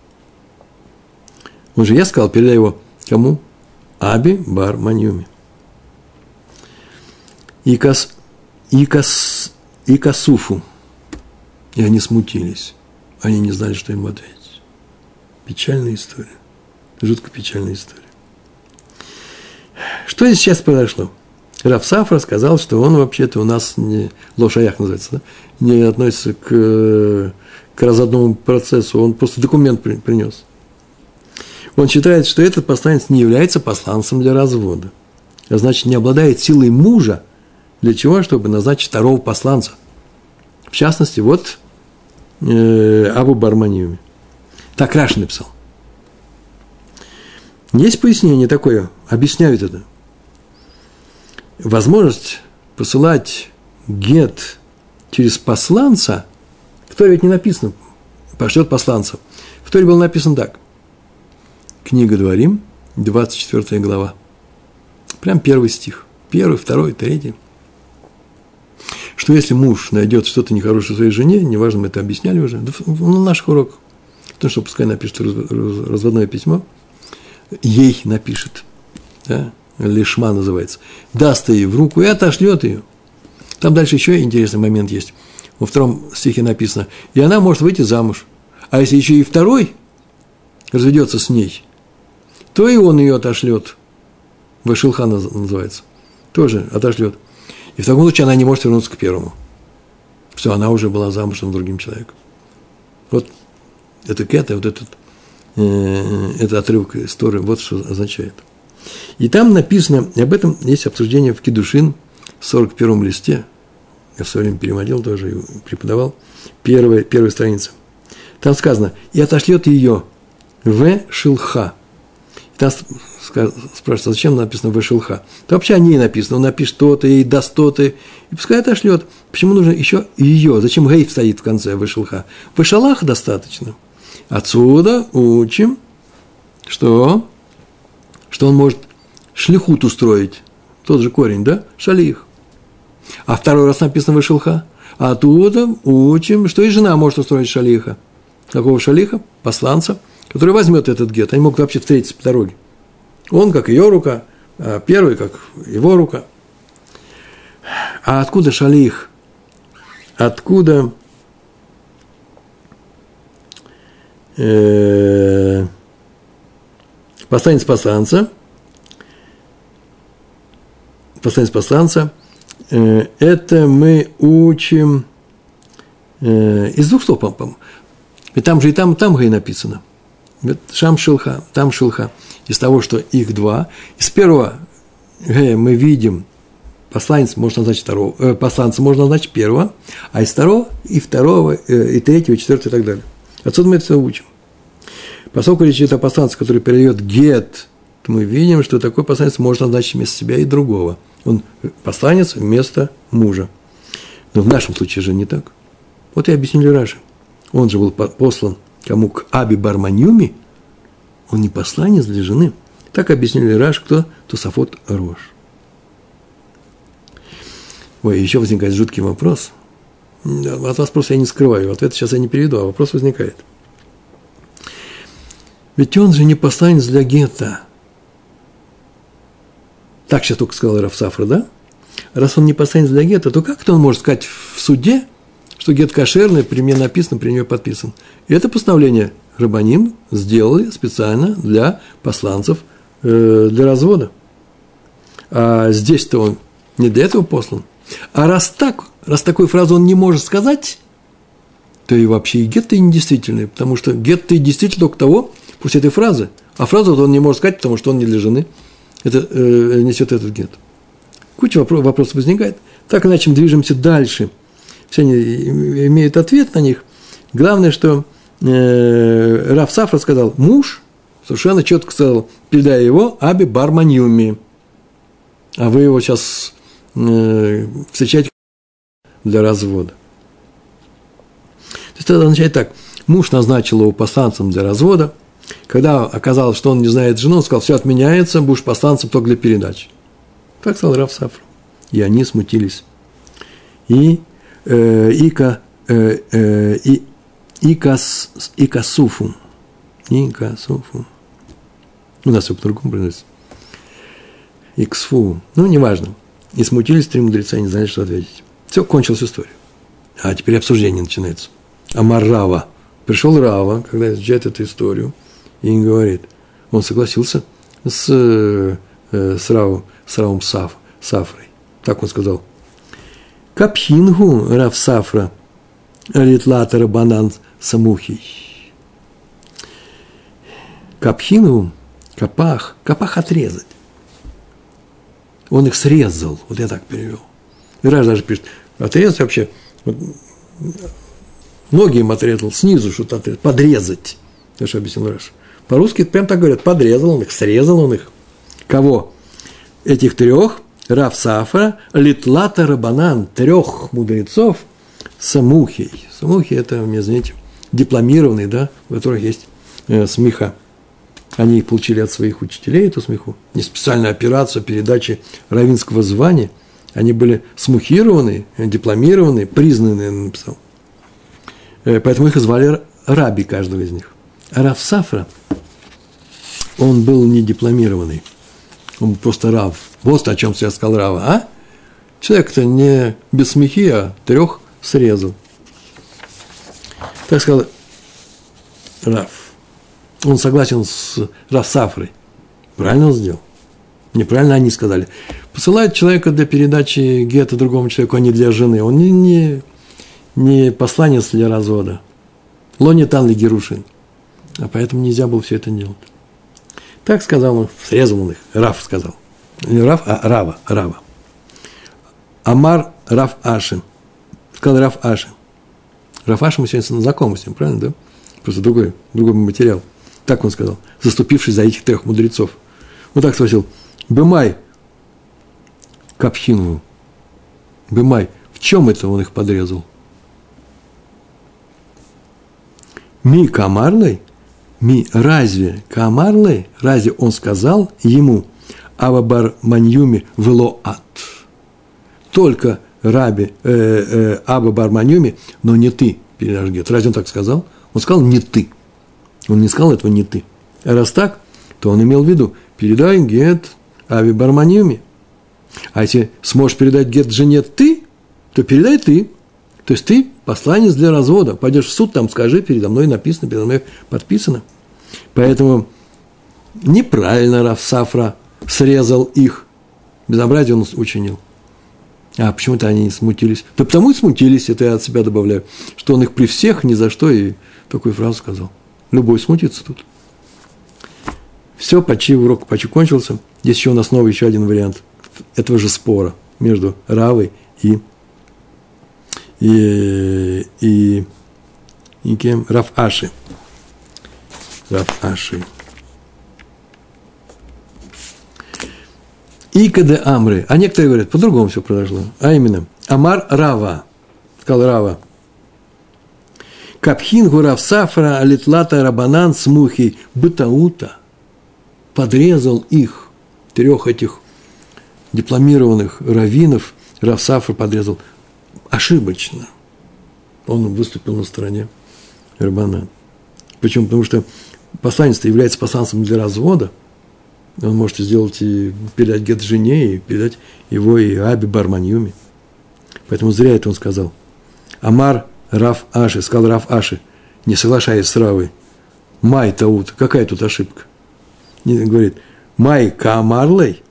S1: Он же, я сказал, передай его кому? Аби Барманьюме. И Касуфу. И они смутились. Они не знали, что им ответить. Печальная история. Жутко печальная история. Что здесь сейчас произошло? Рав Сафра сказал, что он вообще-то у нас не лошаях называется, да? Не относится к разводному процессу. Он просто документ принес. Он считает, что этот посланец не является посланцем для развода. А значит, не обладает силой мужа. Для чего? Чтобы назначить второго посланца. В частности, вот Абу Барманьюме. Так Раши написал. Есть пояснение такое, объясняют это. Возможность посылать гет через посланца, в Торе ведь не написано, пошлет посланца. В Торе было написано так. Книга Дворим, 24 глава. Прям первый стих. 1, 2, 3. Что если муж найдет что-то нехорошее в своей жене, неважно, мы это объясняли уже, на наших уроках, то, что пускай напишет разводное письмо, ей напишет, да, лишма называется, даст ей в руку и отошлет ее. Там дальше еще интересный момент есть. Во 2 стихе написано, и она может выйти замуж. А если еще и второй разведется с ней, то и он ее отошлет. Вашилха называется. Тоже отошлет. И в таком случае она не может вернуться к первому. Все, она уже была замужем другим человеком. Вот это кета, вот этот отрывок истории, вот что означает. И там написано, и об этом есть обсуждение в Кидушин, в 41-м листе. Я в свое время переводил тоже и преподавал. Первая страница. Там сказано, и отошлет ее в шилха. И там спрашивается, зачем написано в шилха? То вообще о ней написано, он напишет то-то, ей даст то-то, и пускай отошлет. Почему нужно еще ее? Зачем гейф стоит в конце в шилха? В шалах достаточно. Отсюда учим, что он может шлихут устроить. Тот же корень, да? Шалих. А второй раз написано в шилха. А оттуда учим, что и жена может устроить шалиха. Какого шалиха? Посланца, который возьмет этот гет. Они могут вообще встретиться по дороге. Он как ее рука, а первый как его рука. А откуда шалих? Откуда посланец посланца? Посланец посланца. Это мы учим из 2 слов, по-моему. И там гей написано. Шам шилха, там шилха. Из того, что их 2. Из первого гея мы видим, посланец может назначить второго, посланца можно назначить первого, а из второго, и 3, и 4, и так далее. Отсюда мы это все учим. Поскольку речь идет о посланце, который передает гет, то мы видим, что такой посланец может назначить вместо себя и другого. Он посланец вместо мужа. Но в нашем случае же не так. Вот и объяснили Раши. Он же был послан кому? К Аби Барманьюме. Он не посланец для жены. Так объяснили Раши, кто? Тосафот Рош. Ой, еще возникает жуткий вопрос. От вас просто я не скрываю. Ответ сейчас я не переведу, а вопрос возникает. Ведь он же не посланец для гетто. Так сейчас только сказал Рав Сафра, да? Раз он не посланец для гетто, то как-то он может сказать в суде, что гет кошерный, при мне написан, при нее подписан. И это постановление рабаним сделали специально для посланцев, для развода. А здесь-то он не для этого послан. А раз такую фразу он не может сказать, то и вообще и гетто недействительный, потому что гетто действительно только того, после этой фразы. А фразу он не может сказать, потому что он не для жены. Это несет этот гет. Куча вопросов возникает. Так иначе мы движемся дальше. Все они имеют ответ на них. Главное, что Рав Сафра сказал, муж совершенно четко сказал, передая его Аби бар Маньюми. А вы его сейчас встречаете для развода. То есть это означает так. Муж назначил его посланцем для развода. Когда оказалось, что он не знает жену, он сказал, все отменяется, будешь посланцем только для передачи. Так сказал Рав Сафра. И они смутились. И Икасуфу. У нас все по-другому произносится. Иксфу. Ну, неважно. И смутились три мудреца, не знали, что ответить. Все, кончилась история. А теперь обсуждение начинается. Амар Рава. Пришел Рава, когда изучает эту историю, и говорит, он согласился с Равом Сафрой. Так он сказал. Капхингу Рав Сафра литлата рабанан самухий. Капхингу, капах отрезать. Он их срезал, вот я так перевел. И Раш даже пишет, отрезать вообще, вот, ноги им отрезал, снизу что-то отрезал, подрезать. Я же объяснил Раш. По-русски прям так говорят, подрезал он их, срезал он их. Кого? Этих трех, Рав Сафра, литлата рабанан, трех мудрецов, самухий. Самухий – это, мне знаете, дипломированные, да, у которых есть смеха. Они получили от своих учителей эту смеху. Не специальная операция передачи раввинского звания. Они были смухированы, дипломированные, признанные, написал. Поэтому их звали раби каждого из них. А Рав Сафра, он был не дипломированный. Он просто рав. Вот о чем я сказал Рава, а? Человек-то не без смехи, а трех срезал. Так сказал Рав. Он согласен с Рав Сафрой. Правильно он сделал? Неправильно они сказали. Посылают человека для передачи гетто другому человеку, а не для жены. Он не посланец для развода. Лони Танли Герушин. А поэтому нельзя было все это делать. Так сказал он, срезал он их. Рав сказал. Не Рав, а Рава. Амар Рав Аши. Сказал Рав Аши. Рав Аши мы сегодня знакомы с ним, правильно, да? Просто другой материал. Так он сказал, заступившись за этих трех мудрецов. Он так спросил, Бымай, Капхингу, Бымай, в чем это он их подрезал? Ми Камарлей, разве Камарлей, разве он сказал ему, Авабар Маньюми вело ат, только раби Абабар Маньюми, но не ты передашь гет. Разве он так сказал? Он сказал не ты. Он не сказал этого не ты. А раз так, то он имел в виду, передай гет Ави Барманьюми. А если сможешь передать гет жене ты, то передай ты. То есть ты посланец для развода. Пойдешь в суд, там скажи, передо мной написано, передо мной подписано. Поэтому неправильно Рав Сафра срезал их. Безобразие он учинил. А почему-то они не смутились. Да потому и смутились, это я от себя добавляю, что он их при всех ни за что и такую фразу сказал. Любой смутится тут. Все, урок почти кончился. Здесь еще у нас новый, еще один вариант этого же спора между Равой и кем? Рав Аши. Икаде Амры. А некоторые говорят, по-другому все произошло. А именно, Амар Рава. Сказал Рава. Капхингу Рав Сафра алитлата рабанан смухи бытаута. Подрезал их, трех этих дипломированных раввинов, Рав Сафра подрезал ошибочно. Он выступил на стороне рабанан. Почему? Потому что посланец является посланцем для развода, он может сделать и передать гет жене, и передать его и Аби Барманьюме. Поэтому зря это он сказал. Амар Рав Аши, сказал Рав Аши, не соглашаясь с Равой. Май таут, какая тут ошибка? Говорит, Май Каамарлей,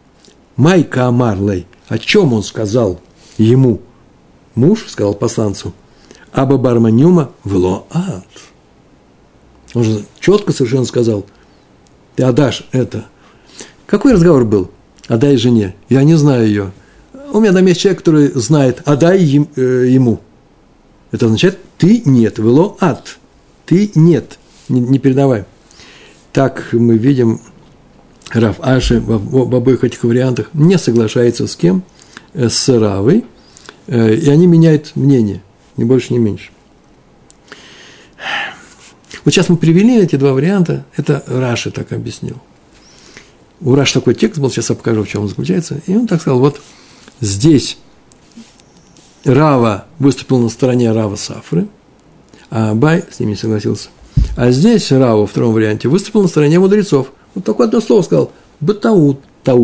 S1: о чем он сказал ему? Муж сказал посланцу, Аба Барманьюма вло ад. Он же четко совершенно сказал, ты отдашь это. Какой разговор был? Отдай жене. Я не знаю ее. У меня там есть человек, который знает, отдай ему. Это означает, ты нет, вело ад. Ты нет, не передавай. Так мы видим, Рав Аши в обоих этих вариантах не соглашается с кем? С Равой. И они меняют мнение, ни больше, ни меньше. Вот сейчас мы привели эти два варианта, это Раши так объяснил. У Раши такой текст был, сейчас я покажу, в чем он заключается. И он так сказал, вот здесь Рава выступил на стороне Рава Сафры, а Абай с ними не согласился. А здесь Рава во втором варианте выступил на стороне мудрецов. Вот такое одно слово сказал, бытаута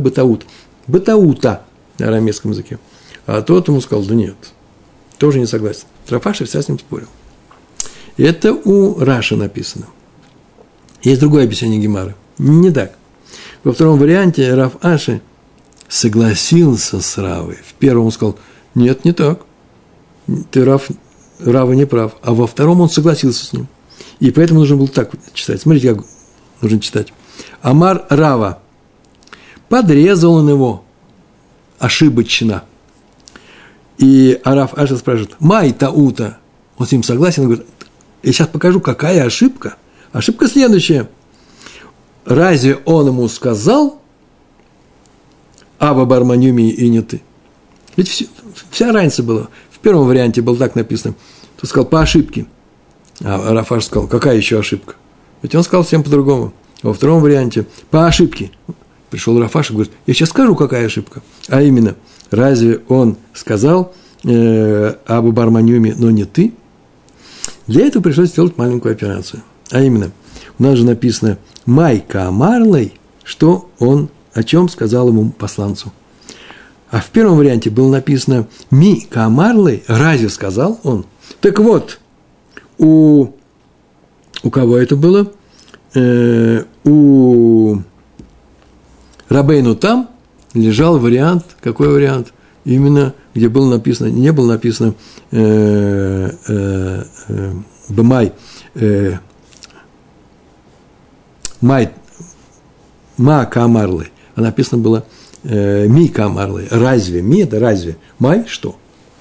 S1: на арамейском языке. А тот ему сказал, да нет, тоже не согласен. Рав Аши вся с ним спорил. И это у Раши написано. Есть другое объяснение Гемары. Не так. Во втором варианте Рав Аши согласился с Равой. В первом он сказал, нет, не так. Ты, Рава не прав. А во втором он согласился с ним. И поэтому нужно было так читать. Смотрите, как нужно читать. Амар Рава. Подрезал он его ошибочно. И Рав Аши спрашивает, Май таута. Он с ним согласен, он говорит, я сейчас покажу, какая ошибка. Ошибка следующая. Разве он ему сказал, Аба Барманьюми и не ты? Ведь вся разница была. В первом варианте было так написано. Ты сказал, по ошибке. А Рав Аши сказал, какая еще ошибка? Ведь он сказал всем по-другому. Во втором варианте, по ошибке. Пришел Рав Аши и говорит, я сейчас скажу, какая ошибка. А именно, разве он сказал, Аба Барманьюми, но не ты? Для этого пришлось сделать маленькую операцию. А именно, у нас же написано Май Каамарлей, что он, о чем сказал ему посланцу. А в первом варианте было написано Ми Каамарлей, разве сказал он? Так вот, у кого это было? У Рабейну там лежал вариант, какой вариант? Именно, где было написано, не было написано Бмай, Май, Ма Каамарлей, а написано было Ми Каамарлей. Разве? Ми – это разве? Май – что?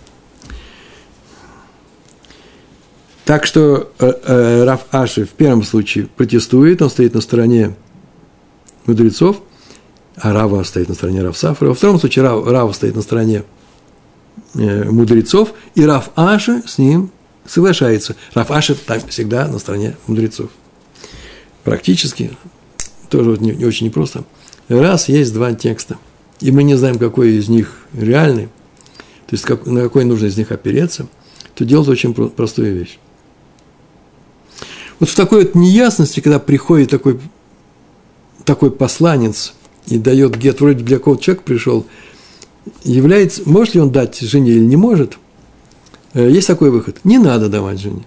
S1: Так что Рав Аши в первом случае протестует, он стоит на стороне мудрецов, а Рава стоит на стороне Рав Сафры. Во втором случае Рава стоит на стороне мудрецов, и Рав Аши с ним соглашается. Рав Аши там всегда на стороне мудрецов. Практически, тоже вот не очень непросто. Раз есть два текста, и мы не знаем, какой из них реальный, то есть на какой нужно из них опереться, то делать очень простую вещь. Вот в такой вот неясности, когда приходит такой посланец и дает гет, вроде для какого-то человека пришел, является, может ли он дать жене или не может, есть такой выход. Не надо давать жене.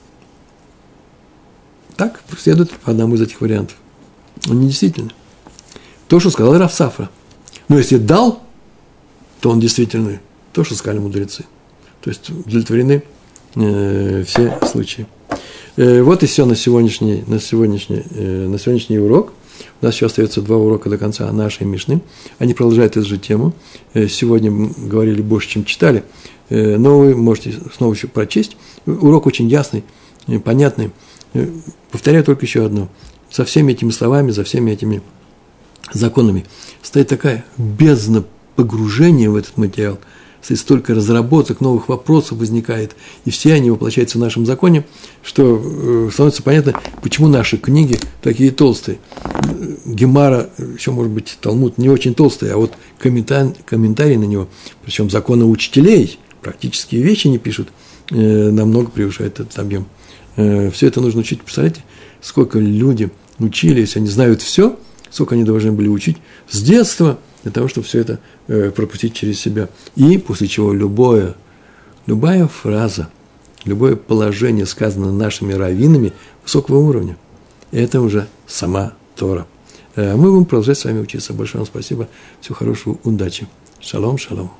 S1: Так следует по одному из этих вариантов. Он не действительно. То, что сказал Рав Сафра. Но если дал, то он действительный. То, что сказали мудрецы. То есть удовлетворены все случаи. Вот и все на сегодняшний урок. У нас еще остается 2 урока до конца нашей Мишны. Они продолжают эту же тему. Сегодня мы говорили больше, чем читали. Но вы можете снова еще прочесть. Урок очень ясный, понятный. Повторяю только еще одно. Со всеми этими словами, за всеми этими законами стоит такая бездна погружения в этот материал, столько разработок, новых вопросов возникает, и все они воплощаются в нашем законе, что становится понятно, почему наши книги такие толстые. Гемара, еще, может быть, Талмуд не очень толстый, а вот комментарии на него, причем законы учителей, практические вещи не пишут, намного превышает этот объем. Все это нужно учить, представляете, сколько люди учились, они знают все, сколько они должны были учить с детства, для того, чтобы все это пропустить через себя. И после чего любая фраза, любое положение, сказанное нашими раввинами, высокого уровня, это уже сама Тора. Мы будем продолжать с вами учиться. Большое вам спасибо. Всего хорошего, удачи. Шалом, шалом.